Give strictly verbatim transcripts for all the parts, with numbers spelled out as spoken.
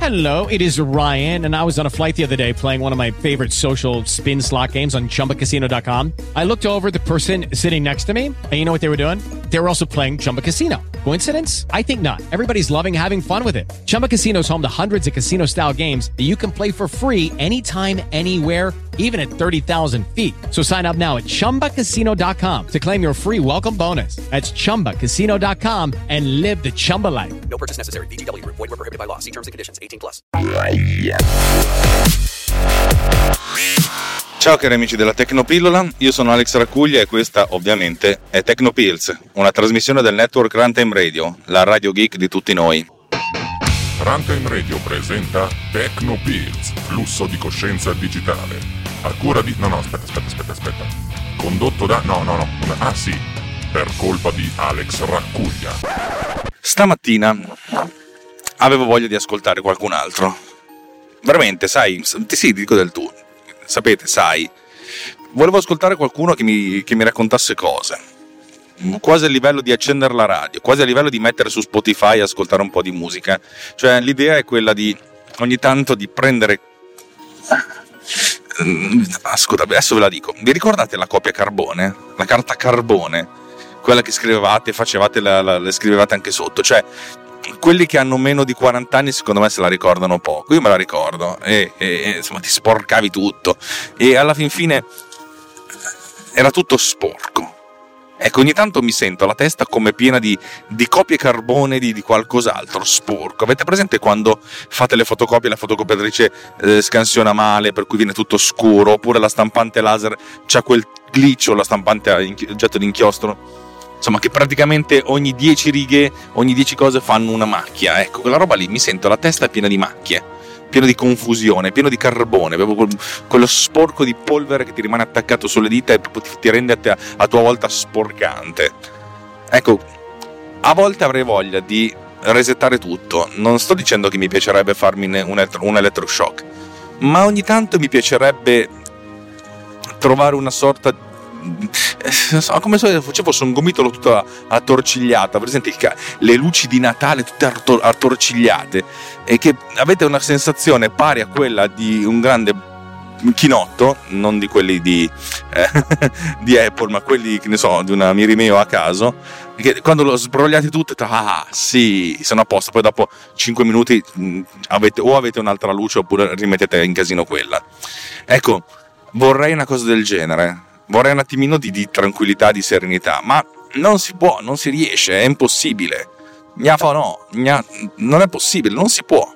Hello, it is Ryan, and I was on a flight the other day playing one of my favorite social spin slot games on Chumba Casino dot com. I looked over at the person sitting next to me, and you know what they were doing? They were also playing Chumba Casino. Coincidence? I think not. Everybody's loving having fun with it. Chumba Casino is home to hundreds of casino-style games that you can play for free anytime, anywhere, even at thirty thousand feet. So sign up now at Chumba Casino dot com to claim your free welcome bonus. That's Chumba Casino dot com and live the Chumba life. No purchase necessary. V G W. Void where prohibited by law. See terms and conditions. eighteen plus. Ciao cari amici della Tecnopillola, io sono Alex Raccuglia e questa ovviamente è Tecnopills, una trasmissione del network Runtime Radio, la radio geek di tutti noi. Runtime Radio presenta Tecnopills, flusso di coscienza digitale. A cura di... No, no, aspetta, aspetta, aspetta, aspetta. Condotto da... No, no, no. Ah, sì. Per colpa di Alex Raccuglia. Stamattina avevo voglia di ascoltare qualcun altro. Veramente, sai, sì, dico del tu. Sapete, sai. Volevo ascoltare qualcuno che mi, che mi raccontasse cose. Quasi a livello di accendere la radio, quasi a livello di mettere su Spotify e ascoltare un po' di musica. Cioè, l'idea è quella di ogni tanto di prendere... Ascolta, adesso ve la dico. Vi ricordate la copia carbone? La carta carbone? Quella che scrivevate e facevate, la, la, la scrivevate anche sotto. Cioè, quelli che hanno meno di quaranta anni secondo me se la ricordano poco. Io me la ricordo. E, e, e insomma, ti sporcavi tutto. E alla fin fine era tutto sporco. Ecco, ogni tanto mi sento la testa come piena di, di copie carbone di, di qualcos'altro sporco. Avete presente quando fate le fotocopie e la fotocopiatrice eh, scansiona male, per cui viene tutto scuro, oppure la stampante laser c'ha quel glitch, o la stampante a oggetto di inchiostro, insomma, che praticamente ogni dieci righe, ogni dieci cose fanno una macchia. Ecco, quella roba lì, mi sento la testa piena di macchie, pieno di confusione, pieno di carbone, proprio quello sporco di polvere che ti rimane attaccato sulle dita e proprio ti rende a, te, a tua volta sporcante. Ecco, a volte avrei voglia di resettare tutto. Non sto dicendo che mi piacerebbe farmi un, elettro, un elettroshock, ma ogni tanto mi piacerebbe trovare una sorta di... come se fosse un gomitolo tutto attorcigliato, presente le luci di Natale tutte attorcigliate, e che avete una sensazione pari a quella di un grande chinotto, non di quelli di, eh, di Apple, ma quelli, che ne so, di una Mirimeo a caso, che quando lo sbrogliate tutto, ah sì, sono a posto, poi dopo cinque minuti mh, avete, o avete un'altra luce oppure rimettete in casino quella. Ecco, vorrei una cosa del genere. Vorrei un attimino di, di tranquillità, di serenità, ma non si può, non si riesce, è impossibile. Gnafa no, gna, non è possibile, non si può.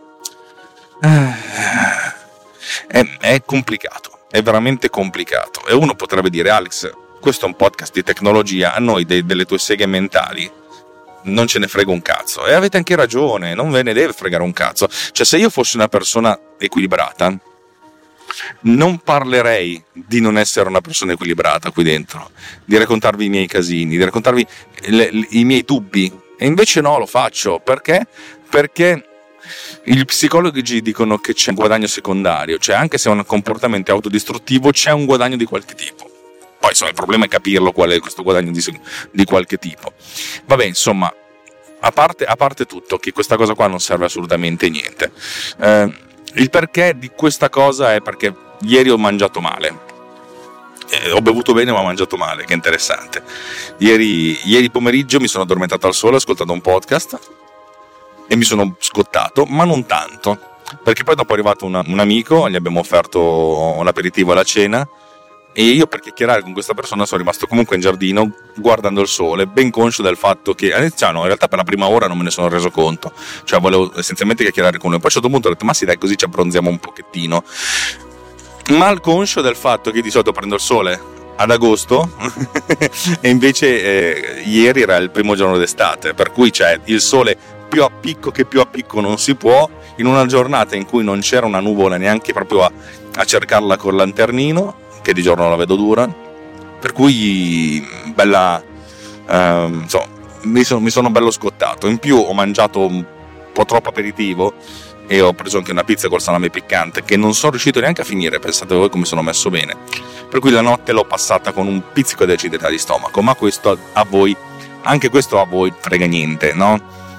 È, è complicato, è veramente complicato. E uno potrebbe dire, Alex, questo è un podcast di tecnologia, a noi de, delle tue seghe mentali non ce ne frega un cazzo. E avete anche ragione, non ve ne deve fregare un cazzo. Cioè, se io fossi una persona equilibrata, non parlerei di non essere una persona equilibrata qui dentro, di raccontarvi i miei casini, di raccontarvi le, le, i miei dubbi, e invece no, lo faccio. Perché? Perché gli psicologi dicono che c'è un guadagno secondario, cioè anche se è un comportamento autodistruttivo c'è un guadagno di qualche tipo. Poi insomma il problema è capirlo qual è questo guadagno di, di qualche tipo. Vabbè, insomma, a parte, a parte tutto, che questa cosa qua non serve assolutamente niente. eh, Il perché di questa cosa è perché ieri ho mangiato male. Eh, ho bevuto bene ma ho mangiato male, che interessante. Ieri, ieri pomeriggio mi sono addormentato al sole ascoltando un podcast e mi sono scottato, ma non tanto, perché poi dopo è arrivato una, un amico, gli abbiamo offerto un aperitivo alla cena, e io per chiacchierare con questa persona sono rimasto comunque in giardino guardando il sole, ben conscio del fatto che cioè no, in realtà per la prima ora non me ne sono reso conto, cioè volevo essenzialmente chiacchierare con lui. Poi a un certo punto ho detto, ma sì dai, così ci abbronziamo un pochettino, mal conscio del fatto che di solito prendo il sole ad agosto e invece eh, ieri era il primo giorno d'estate, per cui c'è il sole più a picco che più a picco non si può, in una giornata in cui non c'era una nuvola neanche proprio a, a cercarla col lanternino, che di giorno la vedo dura, per cui bella, ehm, insomma, mi sono, mi sono bello scottato. In più ho mangiato un po' troppo aperitivo e ho preso anche una pizza col salame piccante che non sono riuscito neanche a finire, pensate voi come sono messo bene, per cui la notte l'ho passata con un pizzico di acidità di stomaco, ma questo a voi, anche questo a voi frega niente, no?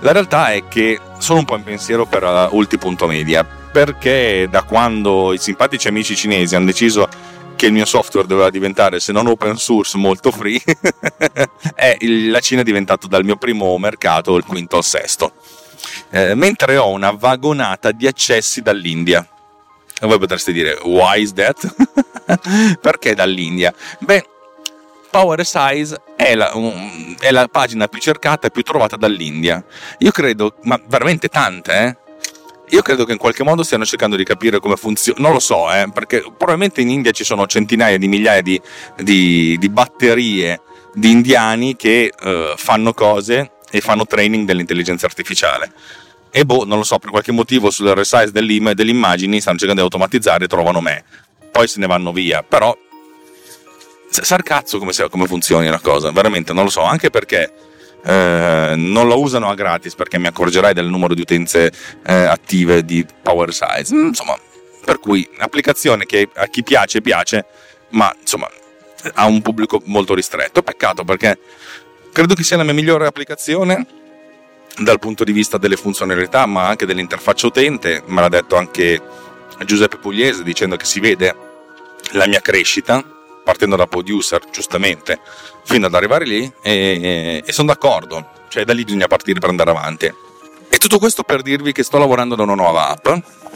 La realtà è che sono un po' in pensiero per uh, Ulti.media, perché da quando i simpatici amici cinesi hanno deciso che il mio software doveva diventare, se non open source, molto free, è il, la Cina è diventato dal mio primo mercato il quinto al sesto, eh, mentre ho una vagonata di accessi dall'India. E voi potreste dire, why is that? Perché dall'India? Beh, PowerSize è la, um, è la pagina più cercata e più trovata dall'India. Io credo, ma veramente tante, eh? Io credo che in qualche modo stiano cercando di capire come funziona, non lo so, eh, perché probabilmente in India ci sono centinaia di migliaia di, di, di batterie di indiani che uh, fanno cose e fanno training dell'intelligenza artificiale. E boh, non lo so, per qualche motivo sull'R S I delle immagini stanno cercando di automatizzare e trovano me. Poi se ne vanno via, però sa il cazzo come, come funzioni la cosa, veramente non lo so, anche perché eh, non la usano a gratis, perché mi accorgerai del numero di utenze eh, attive di PowerSize, insomma, per cui applicazione che a chi piace piace, ma insomma ha un pubblico molto ristretto. Peccato, perché credo che sia la mia migliore applicazione dal punto di vista delle funzionalità, ma anche dell'interfaccia utente. Me l'ha detto anche Giuseppe Pugliese, dicendo che si vede la mia crescita partendo da producer, giustamente, fino ad arrivare lì, e, e, e sono d'accordo, cioè da lì bisogna partire per andare avanti. E tutto questo per dirvi che sto lavorando ad una nuova app.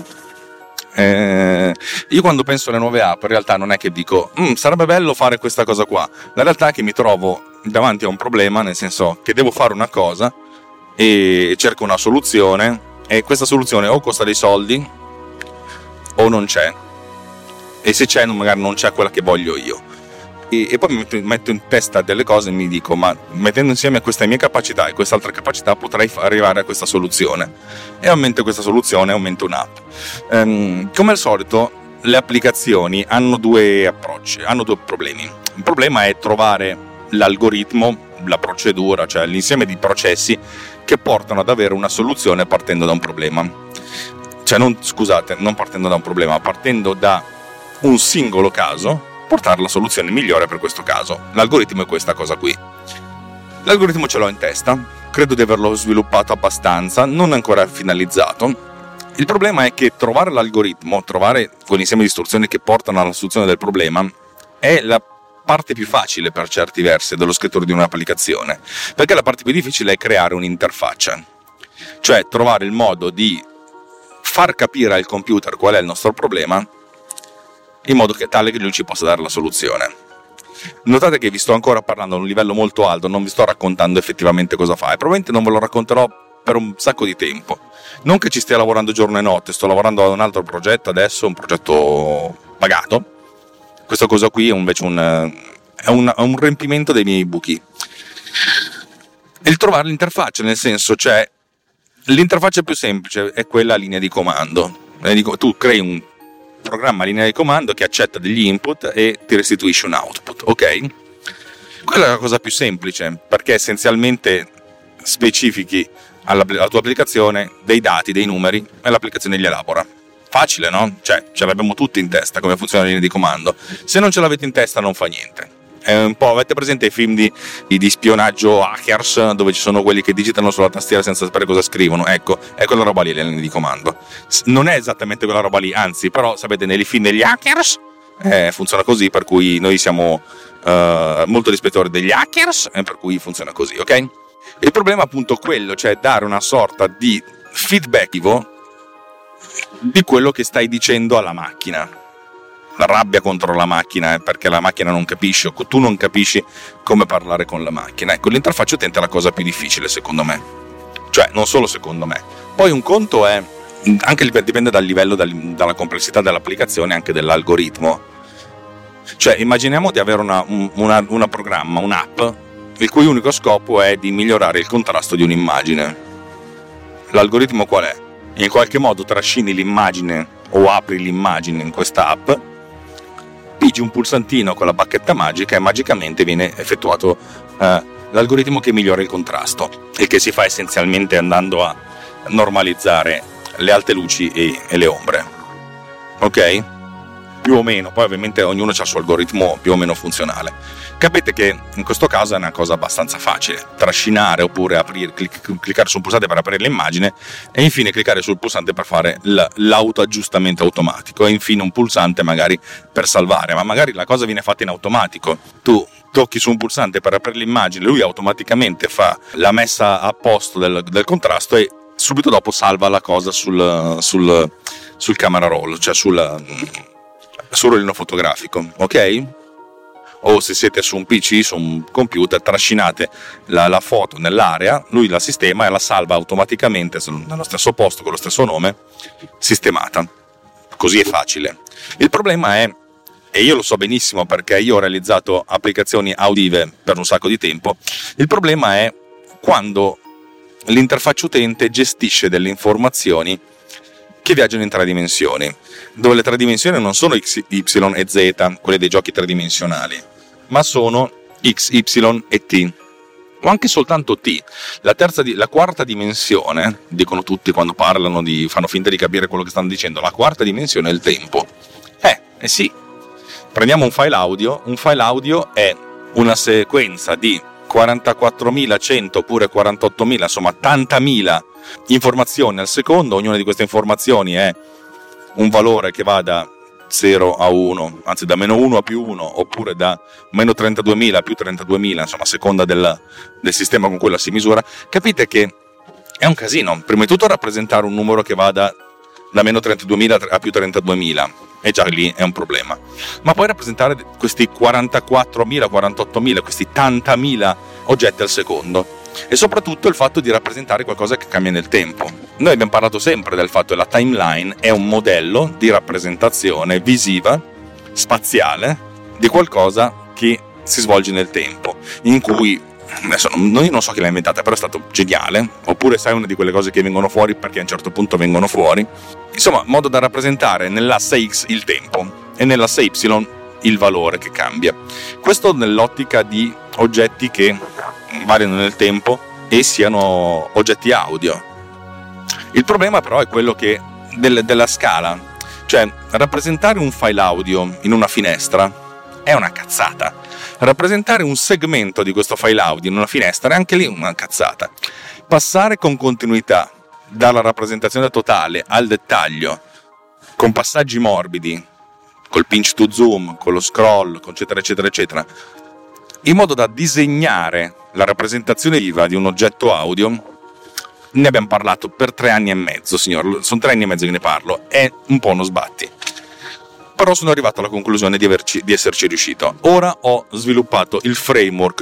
Eh, io quando penso alle nuove app in realtà non è che dico mm, sarebbe bello fare questa cosa qua, la realtà è che mi trovo davanti a un problema, nel senso che devo fare una cosa e cerco una soluzione, e questa soluzione o costa dei soldi o non c'è, e se c'è magari non c'è quella che voglio io, e, e poi mi metto, metto in testa delle cose e mi dico, ma mettendo insieme queste mie capacità e quest'altra capacità potrei fa- arrivare a questa soluzione, e aumento questa soluzione, aumento un'app. Um, come al solito le applicazioni hanno due approcci, hanno due problemi. Il problema è trovare l'algoritmo, la procedura, cioè l'insieme di processi che portano ad avere una soluzione partendo da un problema. Cioè, non, scusate, non partendo da un problema, partendo da un singolo caso, portare la soluzione migliore per questo caso. L'algoritmo è questa cosa qui. L'algoritmo ce l'ho in testa, credo di averlo sviluppato abbastanza, non ancora finalizzato. Il problema è che trovare l'algoritmo, trovare quell'insieme di istruzioni che portano alla soluzione del problema, è la parte più facile per certi versi dello scrittore di un'applicazione, perché la parte più difficile è creare un'interfaccia, cioè trovare il modo di far capire al computer qual è il nostro problema in modo che tale che lui ci possa dare la soluzione. Notate che vi sto ancora parlando a un livello molto alto, non vi sto raccontando effettivamente cosa fa, e probabilmente non ve lo racconterò per un sacco di tempo. Non che ci stia lavorando giorno e notte, sto lavorando ad un altro progetto adesso, un progetto pagato. Questa cosa qui è invece un, è un, è un riempimento dei miei buchi. Il trovare l'interfaccia, nel senso, cioè l'interfaccia più semplice è quella a linea di comando. Tu crei un programma a linea di comando che accetta degli input e ti restituisce un output, ok? Quella è la cosa più semplice, perché essenzialmente specifichi alla, alla tua applicazione dei dati, dei numeri, e l'applicazione li elabora. Facile, no? Cioè, ce l'abbiamo tutti in testa come funziona la linea di comando. Se non ce l'avete in testa non fa niente. È un po', avete presente i film di, di spionaggio hackers, dove ci sono quelli che digitano sulla tastiera senza sapere cosa scrivono? Ecco, è quella roba lì la linea di comando. Non è esattamente quella roba lì, anzi, però sapete, nei film degli hackers eh, funziona così, per cui noi siamo uh, molto rispettori degli hackers, e per cui funziona così, ok? Il problema è appunto quello, cioè dare una sorta di feedback di quello che stai dicendo alla macchina. La rabbia contro la macchina è perché la macchina non capisce, o tu non capisci come parlare con la macchina. Ecco, l'interfaccia utente è la cosa più difficile, secondo me. Cioè, non solo secondo me. Poi un conto è, anche dipende dal livello, dalla complessità dell'applicazione, anche dell'algoritmo. Cioè, immaginiamo di avere una, una, una programma, un'app, il cui unico scopo è di migliorare il contrasto di un'immagine. L'algoritmo qual è? In qualche modo trascini l'immagine o apri l'immagine in questa app, pigi un pulsantino con la bacchetta magica e magicamente viene effettuato eh, l'algoritmo che migliora il contrasto, e che si fa essenzialmente andando a normalizzare le alte luci e, e le ombre. Ok? più o meno, poi ovviamente ognuno ha il suo algoritmo più o meno funzionale. Capite che in questo caso è una cosa abbastanza facile: trascinare oppure aprire, clic- cliccare sul pulsante per aprire l'immagine e infine cliccare sul pulsante per fare l- l'autoaggiustamento automatico e infine un pulsante magari per salvare, ma magari la cosa viene fatta in automatico. Tu tocchi su un pulsante per aprire l'immagine, lui automaticamente fa la messa a posto del, del contrasto e subito dopo salva la cosa sul, sul, sul camera roll, cioè sul, sul rollino fotografico, ok? O se siete su un P C, su un computer, trascinate la, la foto nell'area, lui la sistema e la salva automaticamente nello stesso posto con lo stesso nome, sistemata. Così è facile. Il problema è, e io lo so benissimo perché io ho realizzato applicazioni audive per un sacco di tempo, il problema è quando l'interfaccia utente gestisce delle informazioni che viaggiano in tre dimensioni, dove le tre dimensioni non sono X, Y e Z, quelle dei giochi tridimensionali, ma sono X, Y e T, o anche soltanto T. La, terza di, la quarta dimensione, dicono tutti quando parlano, di, fanno finta di capire quello che stanno dicendo, la quarta dimensione è il tempo. Eh, eh sì, prendiamo un file audio, un file audio è una sequenza di quarantaquattromilacento oppure quarantottomila, insomma tantamila informazioni al secondo. Ognuna di queste informazioni è un valore che va da zero a uno, anzi da meno uno a più uno, oppure da meno trentaduemila a più trentaduemila, insomma a seconda del, del sistema con cui la si misura. Capite che è un casino. Prima di tutto rappresentare un numero che va da, da meno trentaduemila a più trentaduemila, e già lì è un problema. Ma poi rappresentare questi quarantaquattromila, quarantottomila, questi tantamila oggetti al secondo, e soprattutto il fatto di rappresentare qualcosa che cambia nel tempo. Noi abbiamo parlato sempre del fatto che la timeline è un modello di rappresentazione visiva, spaziale, di qualcosa che si svolge nel tempo, in cui, adesso non, io non so chi l'ha inventata, però è stato geniale, oppure sai, una di quelle cose che vengono fuori perché a un certo punto vengono fuori, insomma, modo da rappresentare nell'asse X il tempo e nell'asse Y il valore che cambia. Questo nell'ottica di oggetti che variano nel tempo e siano oggetti audio. Il problema però è quello che del, della scala, cioè rappresentare un file audio in una finestra è una cazzata, rappresentare un segmento di questo file audio in una finestra è anche lì una cazzata. Passare con continuità dalla rappresentazione totale al dettaglio, con passaggi morbidi, col pinch to zoom, con lo scroll, eccetera eccetera eccetera, in modo da disegnare la rappresentazione viva di un oggetto audio, ne abbiamo parlato per tre anni e mezzo, signor, sono tre anni e mezzo che ne parlo, è un po' uno sbatti. Però sono arrivato alla conclusione di, averci, di esserci riuscito. Ora ho sviluppato il framework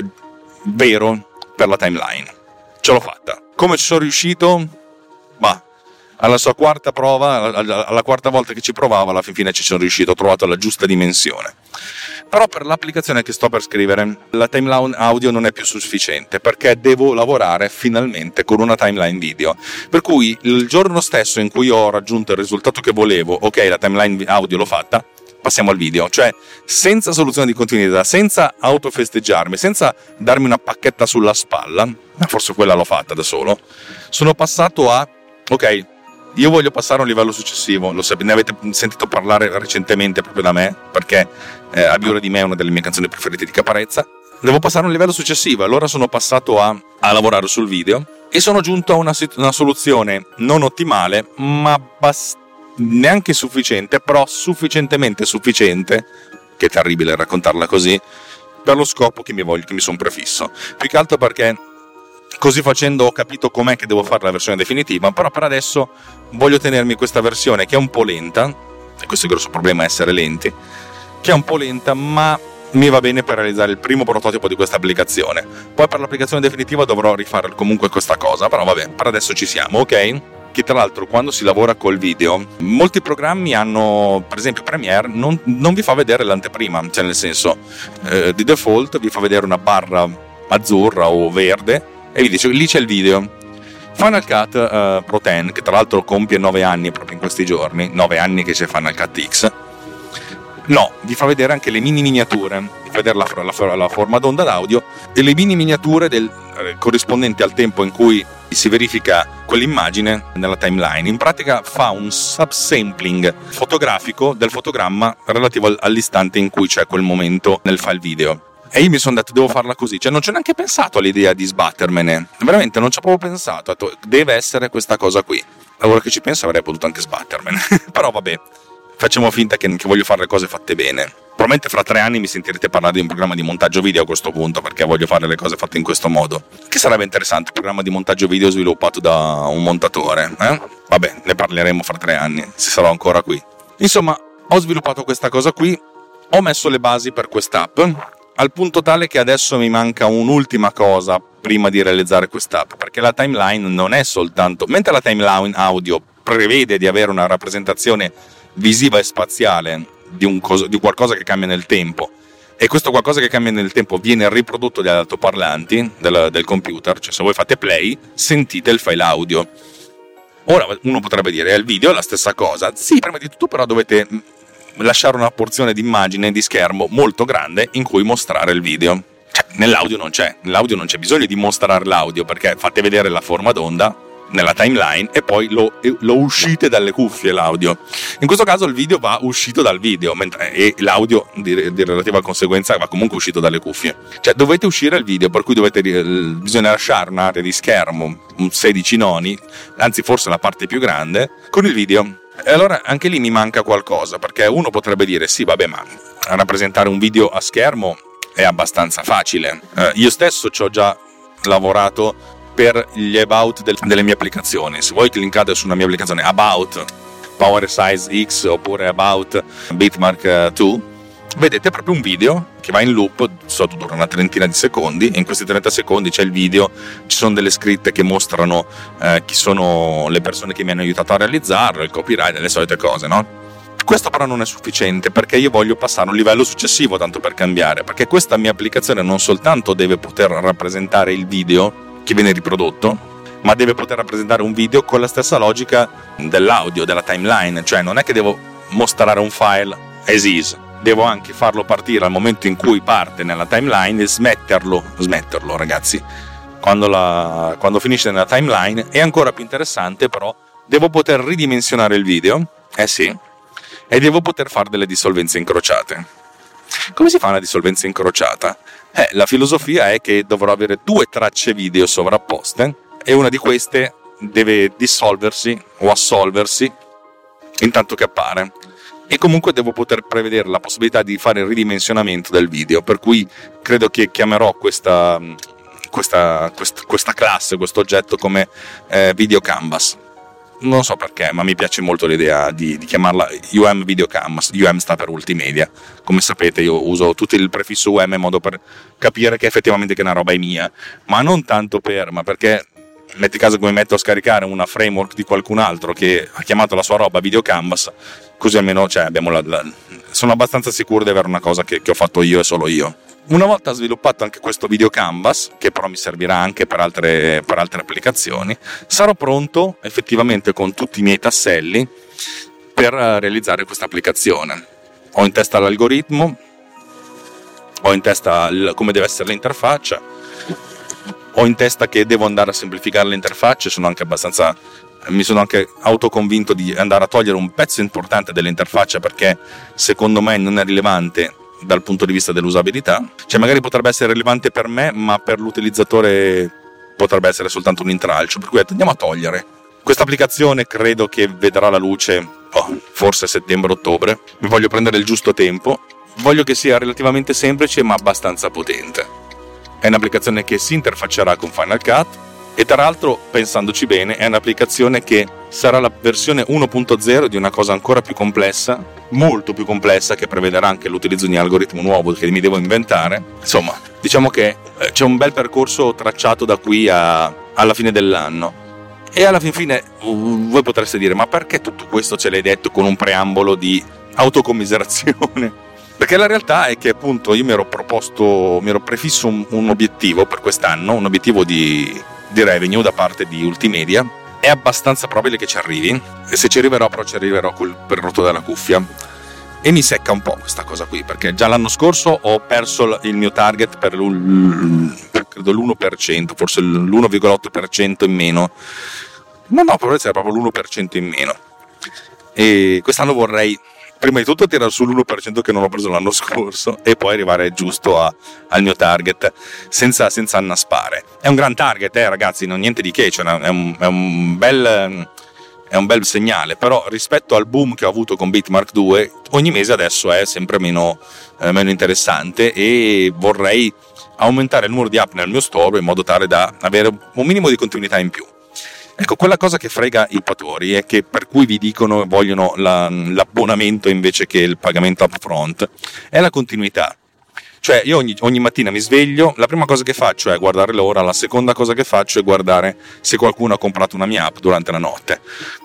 vero per la timeline. Ce l'ho fatta. Come ci sono riuscito? Bah, alla sua quarta prova, alla, alla quarta volta che ci provavo, alla fine ci sono riuscito, ho trovato la giusta dimensione. Però per l'applicazione che sto per scrivere, la timeline audio non è più sufficiente, perché devo lavorare finalmente con una timeline video. Per cui il giorno stesso in cui ho raggiunto il risultato che volevo, ok, la timeline audio l'ho fatta, passiamo al video. Cioè, senza soluzione di continuità, senza autofesteggiarmi, senza darmi una pacchetta sulla spalla, ma forse quella l'ho fatta da solo, sono passato a, ok, io voglio passare a un livello successivo. Lo sapete, ne avete sentito parlare recentemente proprio da me, perché eh, Abiura di me è una delle mie canzoni preferite di Caparezza. Devo passare a un livello successivo, allora sono passato a, a lavorare sul video e sono giunto a una, una soluzione non ottimale, ma bast- neanche sufficiente, però sufficientemente sufficiente, che è terribile raccontarla così, per lo scopo che mi voglio, che mi sono prefisso. Più che altro perché così facendo ho capito com'è che devo fare la versione definitiva, però per adesso voglio tenermi questa versione che è un po' lenta, e questo è il grosso problema, essere lenti, che è un po' lenta, ma mi va bene per realizzare il primo prototipo di questa applicazione. Poi per l'applicazione definitiva dovrò rifare comunque questa cosa, però vabbè, per adesso ci siamo, ok? Che tra l'altro quando si lavora col video, molti programmi hanno, per esempio Premiere, non, non vi fa vedere l'anteprima, cioè nel senso, eh, di default vi fa vedere una barra azzurra o verde, e vi dice lì c'è il video. Final Cut uh, Pro dieci, che tra l'altro compie nove anni proprio in questi giorni, nove anni che c'è Final Cut X, no, vi fa vedere anche le mini miniature, vi fa vedere la, la, la forma d'onda d'audio e le mini miniature del, eh, corrispondenti al tempo in cui si verifica quell'immagine nella timeline. In pratica fa un subsampling fotografico del fotogramma relativo all'istante in cui c'è quel momento nel file video. E io mi sono detto, devo farla così, cioè non ci ho neanche pensato all'idea di sbattermene, veramente non ci ho proprio pensato, ho detto, deve essere questa cosa qui. Allora che ci penso avrei potuto anche sbattermene, però vabbè, facciamo finta che, che voglio fare le cose fatte bene. Probabilmente fra tre anni mi sentirete parlare di un programma di montaggio video a questo punto, perché voglio fare le cose fatte in questo modo. Che sarebbe interessante, un programma di montaggio video sviluppato da un montatore, eh? Vabbè, ne parleremo fra tre anni, se sarò ancora qui. Insomma, ho sviluppato questa cosa qui, ho messo le basi per quest'app, al punto tale che adesso mi manca un'ultima cosa prima di realizzare quest'app, perché la timeline non è soltanto... Mentre la timeline audio prevede di avere una rappresentazione visiva e spaziale di, un coso, di qualcosa che cambia nel tempo, e questo qualcosa che cambia nel tempo viene riprodotto dagli altoparlanti del, del computer, cioè se voi fate play sentite il file audio. Ora uno potrebbe dire, il video è la stessa cosa. Sì, prima di tutto però dovete lasciare una porzione di immagine di schermo molto grande in cui mostrare il video. Cioè, nell'audio non c'è, nell'audio non c'è bisogno di mostrare l'audio, perché fate vedere la forma d'onda nella timeline e poi lo, lo uscite dalle cuffie l'audio. In questo caso il video va uscito dal video, mentre e l'audio di, di relativa conseguenza va comunque uscito dalle cuffie. Cioè dovete uscire il video, per cui dovete bisogna lasciare un'area di schermo, sedici noni, anzi forse la parte più grande, con il video. E allora anche lì mi manca qualcosa, perché uno potrebbe dire sì vabbè, ma rappresentare un video a schermo è abbastanza facile. Eh, io stesso ci ho già lavorato per gli about del, delle mie applicazioni. Se voi cliccate su una mia applicazione About Power Size X oppure About Bitmark due, vedete proprio un video che va in loop, sotto dura una trentina di secondi, e in questi trenta secondi c'è il video, ci sono delle scritte che mostrano eh, chi sono le persone che mi hanno aiutato a realizzarlo, il copyright, le solite cose, no? Questo però non è sufficiente, perché io voglio passare a un livello successivo, tanto per cambiare, perché questa mia applicazione non soltanto deve poter rappresentare il video che viene riprodotto, ma deve poter rappresentare un video con la stessa logica dell'audio, della timeline. Cioè non è che devo mostrare un file as is, devo anche farlo partire al momento in cui parte nella timeline e smetterlo, smetterlo ragazzi, quando, la, quando finisce nella timeline. È ancora più interessante, però devo poter ridimensionare il video, eh sì, e devo poter fare delle dissolvenze incrociate. Come si fa una dissolvenza incrociata? Eh, la filosofia è che dovrò avere due tracce video sovrapposte e una di queste deve dissolversi o assolversi intanto che appare, e comunque devo poter prevedere la possibilità di fare il ridimensionamento del video, per cui credo che chiamerò questa, questa, questa, questa classe, questo oggetto come eh, Video Canvas. Non so perché, ma mi piace molto l'idea di, di chiamarla U M Video Canvas. U M sta per Multimedia. Come sapete io uso tutto il prefisso U M in modo per capire che effettivamente che una roba è mia, ma non tanto per, ma perché metti caso che mi metto a scaricare una framework di qualcun altro che ha chiamato la sua roba Video Canvas, così almeno cioè, abbiamo la, la, sono abbastanza sicuro di avere una cosa che, che ho fatto io e solo io. Una volta sviluppato anche questo Video Canvas, che però mi servirà anche per altre, per altre applicazioni, sarò pronto effettivamente con tutti i miei tasselli per realizzare questa applicazione. Ho in testa l'algoritmo, ho in testa il, come deve essere l'interfaccia, ho in testa che devo andare a semplificare le interfacce, sono anche abbastanza, mi sono anche autoconvinto di andare a togliere un pezzo importante dell'interfaccia, perché secondo me non è rilevante dal punto di vista dell'usabilità. Cioè magari potrebbe essere rilevante per me, ma per l'utilizzatore potrebbe essere soltanto un intralcio, per cui andiamo a togliere. Questa applicazione credo che vedrà la luce oh, forse settembre-ottobre. Mi voglio prendere il giusto tempo, voglio che sia relativamente semplice ma abbastanza potente. È un'applicazione che si interfaccerà con Final Cut e tra l'altro, pensandoci bene, è un'applicazione che sarà la versione uno punto zero di una cosa ancora più complessa, molto più complessa, che prevederà anche l'utilizzo di un algoritmo nuovo che mi devo inventare. Insomma, diciamo che c'è un bel percorso tracciato da qui a, alla fine dell'anno. E alla fin fine voi potreste dire, ma perché tutto questo ce l'hai detto con un preambolo di autocommiserazione? Perché la realtà è che appunto io mi ero proposto, mi ero prefisso un, un obiettivo per quest'anno, un obiettivo di, di revenue da parte di Multimedia. È abbastanza probabile che ci arrivi, e se ci arriverò però ci arriverò col, per rotto della cuffia. E mi secca un po' questa cosa qui, perché già l'anno scorso ho perso il mio target per, per credo l'uno per cento, forse l'uno virgola otto per cento in meno. No, no, probabilmente era proprio l'uno per cento in meno. E quest'anno vorrei prima di tutto tirare sull'uno per cento che non ho preso l'anno scorso e poi arrivare giusto a, al mio target senza, senza annaspare. È un gran target, eh, ragazzi, non niente di che, cioè è, un, è, un bel, è un bel segnale, però rispetto al boom che ho avuto con Bitmark due, ogni mese adesso è sempre meno, eh, meno interessante e vorrei aumentare il numero di app nel mio store in modo tale da avere un minimo di continuità in più. Ecco, quella cosa che frega i patori è che per cui vi dicono che vogliono la, l'abbonamento invece che il pagamento upfront è la continuità. Cioè io ogni, ogni mattina mi sveglio, la prima cosa che faccio è guardare l'ora, la seconda cosa che faccio è guardare se qualcuno ha comprato una mia app durante la notte.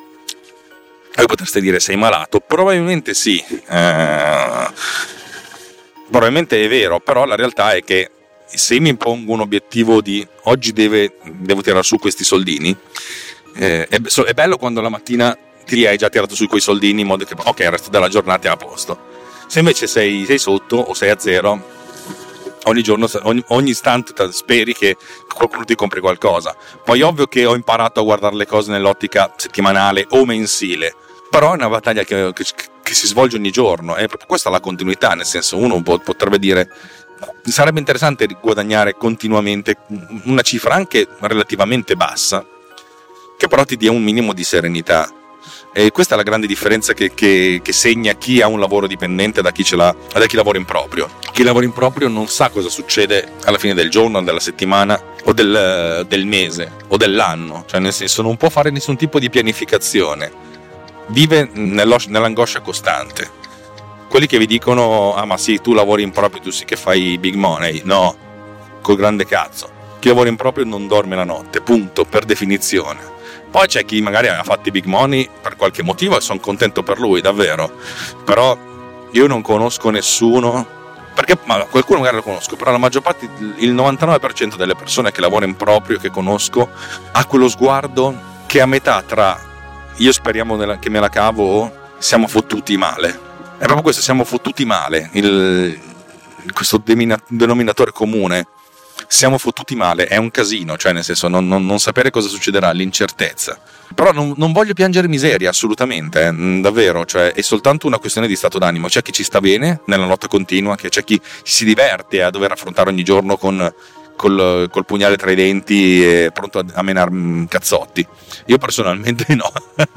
Voi potreste dire sei malato, probabilmente sì, eh, probabilmente è vero, però la realtà è che se mi impongo un obiettivo di oggi deve, devo tirare su questi soldini, eh, è, è bello quando la mattina ti hai già tirato su quei soldini in modo che ok, il resto della giornata è a posto. Se invece sei, sei sotto o sei a zero, ogni giorno, ogni, ogni istante speri che qualcuno ti compri qualcosa. Poi ovvio che ho imparato a guardare le cose nell'ottica settimanale o mensile, però è una battaglia che, che, che si svolge ogni giorno, è proprio questa la continuità, nel senso uno potrebbe dire sarebbe interessante guadagnare continuamente una cifra anche relativamente bassa che però ti dia un minimo di serenità, e questa è la grande differenza che, che, che segna chi ha un lavoro dipendente da chi ce l'ha, da chi lavora in proprio. Chi lavora in proprio non sa cosa succede alla fine del giorno, della settimana o del, del mese o dell'anno, cioè nel senso non può fare nessun tipo di pianificazione, vive nell'angoscia costante. Quelli che vi dicono ah ma sì, tu lavori in proprio, tu sì che fai big money, no, col grande cazzo. Chi lavora in proprio non dorme la notte, punto, per definizione. Poi c'è chi magari ha fatto i big money per qualche motivo e sono contento per lui, davvero, però io non conosco nessuno, perché ma qualcuno magari lo conosco, però la maggior parte, il novantanove per cento delle persone che lavora in proprio che conosco ha quello sguardo che a metà tra io speriamo che me la cavo o siamo fottuti male. È proprio questo, siamo fottuti male, il, questo denominatore comune, siamo fottuti male, è un casino, cioè nel senso non, non, non sapere cosa succederà, l'incertezza. Però non, non voglio piangere miseria, assolutamente, eh, davvero, cioè è soltanto una questione di stato d'animo. C'è chi ci sta bene nella lotta continua, che c'è chi si diverte a dover affrontare ogni giorno con, col, col pugnale tra i denti e pronto a, a menar cazzotti. Io personalmente no.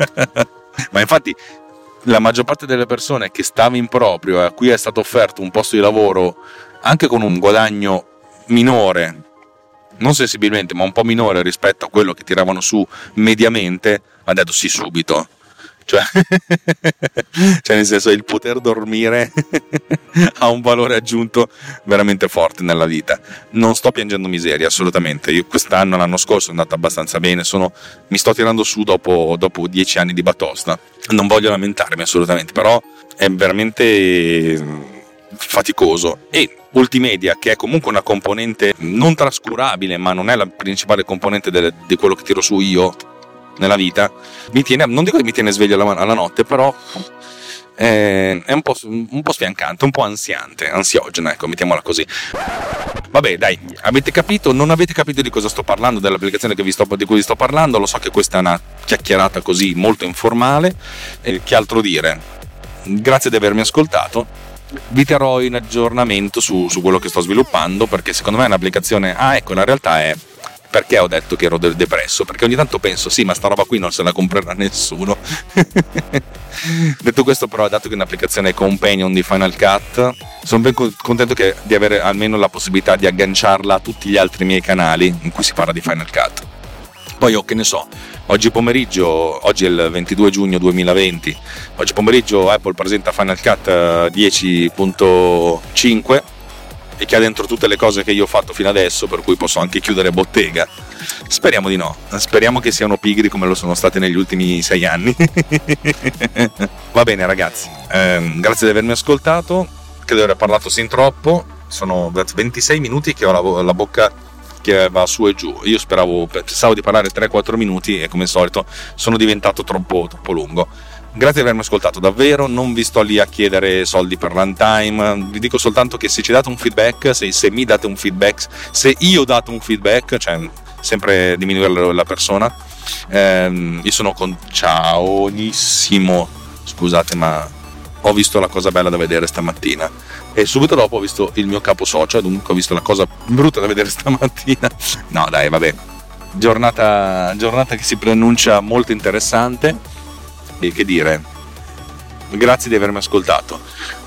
Ma infatti la maggior parte delle persone che stava in proprio e a cui è stato offerto un posto di lavoro anche con un guadagno minore, non sensibilmente ma un po' minore rispetto a quello che tiravano su mediamente, ha detto sì subito, cioè, cioè nel senso il poter dormire ha un valore aggiunto veramente forte nella vita. Non sto piangendo miseria, assolutamente. Io quest'anno, l'anno scorso è andato abbastanza bene, sono, mi sto tirando su dopo, dopo dieci anni di batosta, non voglio lamentarmi assolutamente, però è veramente faticoso. E Ultimedia, che è comunque una componente non trascurabile ma non è la principale componente delle, di quello che tiro su io nella vita, mi tiene, non dico che mi tiene sveglio alla, alla notte, però è, è un po', un po' sfiancante, un po' ansiante, ansiogena, ecco, mettiamola così. Vabbè, dai, avete capito? Non avete capito di cosa sto parlando, dell'applicazione che vi sto, di cui vi sto parlando? Lo so che questa è una chiacchierata così molto informale, eh, che altro dire? Grazie di avermi ascoltato, vi terrò in aggiornamento su, su quello che sto sviluppando, perché secondo me è un'applicazione, ah ecco, la realtà è perché ho detto che ero depresso, perché ogni tanto penso sì ma sta roba qui non se la comprerà nessuno. Detto questo, però, dato che è un'applicazione companion di Final Cut, sono ben contento che, di avere almeno la possibilità di agganciarla a tutti gli altri miei canali in cui si parla di Final Cut. Poi io che ne so, oggi pomeriggio, oggi è il ventidue giugno duemilaventi, oggi pomeriggio Apple presenta Final Cut dieci punto cinque e che ha dentro tutte le cose che io ho fatto fino adesso, per cui posso anche chiudere bottega. Speriamo di no, speriamo che siano pigri come lo sono stati negli ultimi sei anni. Va bene ragazzi, eh, grazie di avermi ascoltato, credo di aver parlato sin troppo, sono ventisei minuti che ho la, la bocca che va su e giù. Io speravo, pensavo di parlare tre quattro minuti e come al solito sono diventato troppo, troppo lungo. Grazie di avermi ascoltato, davvero non vi sto lì a chiedere soldi per runtime, vi dico soltanto che se ci date un feedback, se, se mi date un feedback, se io ho dato un feedback, cioè sempre diminuire la persona, ehm, io sono conciaonissimo, scusate ma ho visto la cosa bella da vedere stamattina e subito dopo ho visto il mio capo socio, dunque ho visto la cosa brutta da vedere stamattina. No dai, vabbè, giornata, giornata che si preannuncia molto interessante. E che dire, grazie di avermi ascoltato.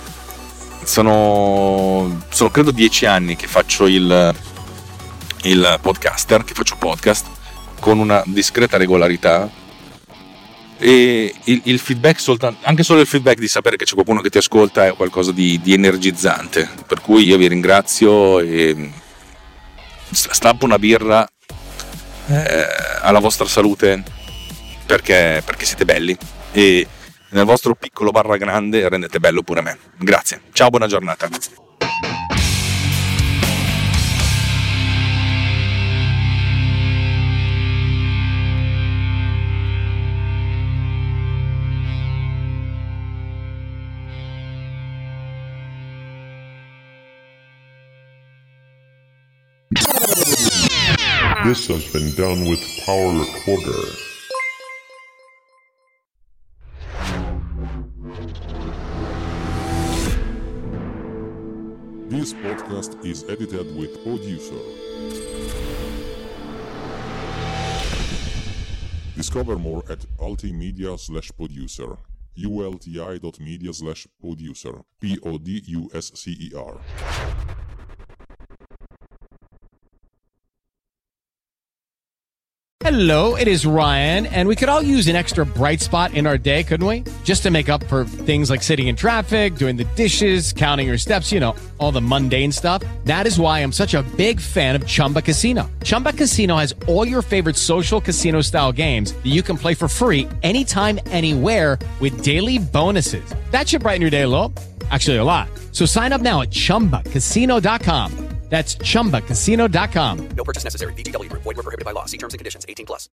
Sono, sono credo dieci anni che faccio il, il podcaster, che faccio podcast con una discreta regolarità e il, il feedback, soltanto, anche solo il feedback di sapere che c'è qualcuno che ti ascolta è qualcosa di, di energizzante, per cui io vi ringrazio e stampo una birra eh, alla vostra salute perché, perché siete belli e nel vostro piccolo barra grande rendete bello pure me. Grazie, ciao, buona giornata. This has been done with Power Recorder. This podcast is edited with Producer. Discover more at ultimedia slash producer. ulti.media slash producer. P O D U S C E R. Hello, it is Ryan, and we could all use an extra bright spot in our day, couldn't we? Just to make up for things like sitting in traffic, doing the dishes, counting your steps, you know, all the mundane stuff. That is why I'm such a big fan of Chumba Casino. Chumba Casino has all your favorite social casino-style games that you can play for free anytime, anywhere with daily bonuses. That should brighten your day a little. Actually, a lot. So sign up now at chumba casino dot com. That's chumba casino dot com. No purchase necessary. V G W Group. Void where prohibited by law. See terms and conditions. eighteen plus.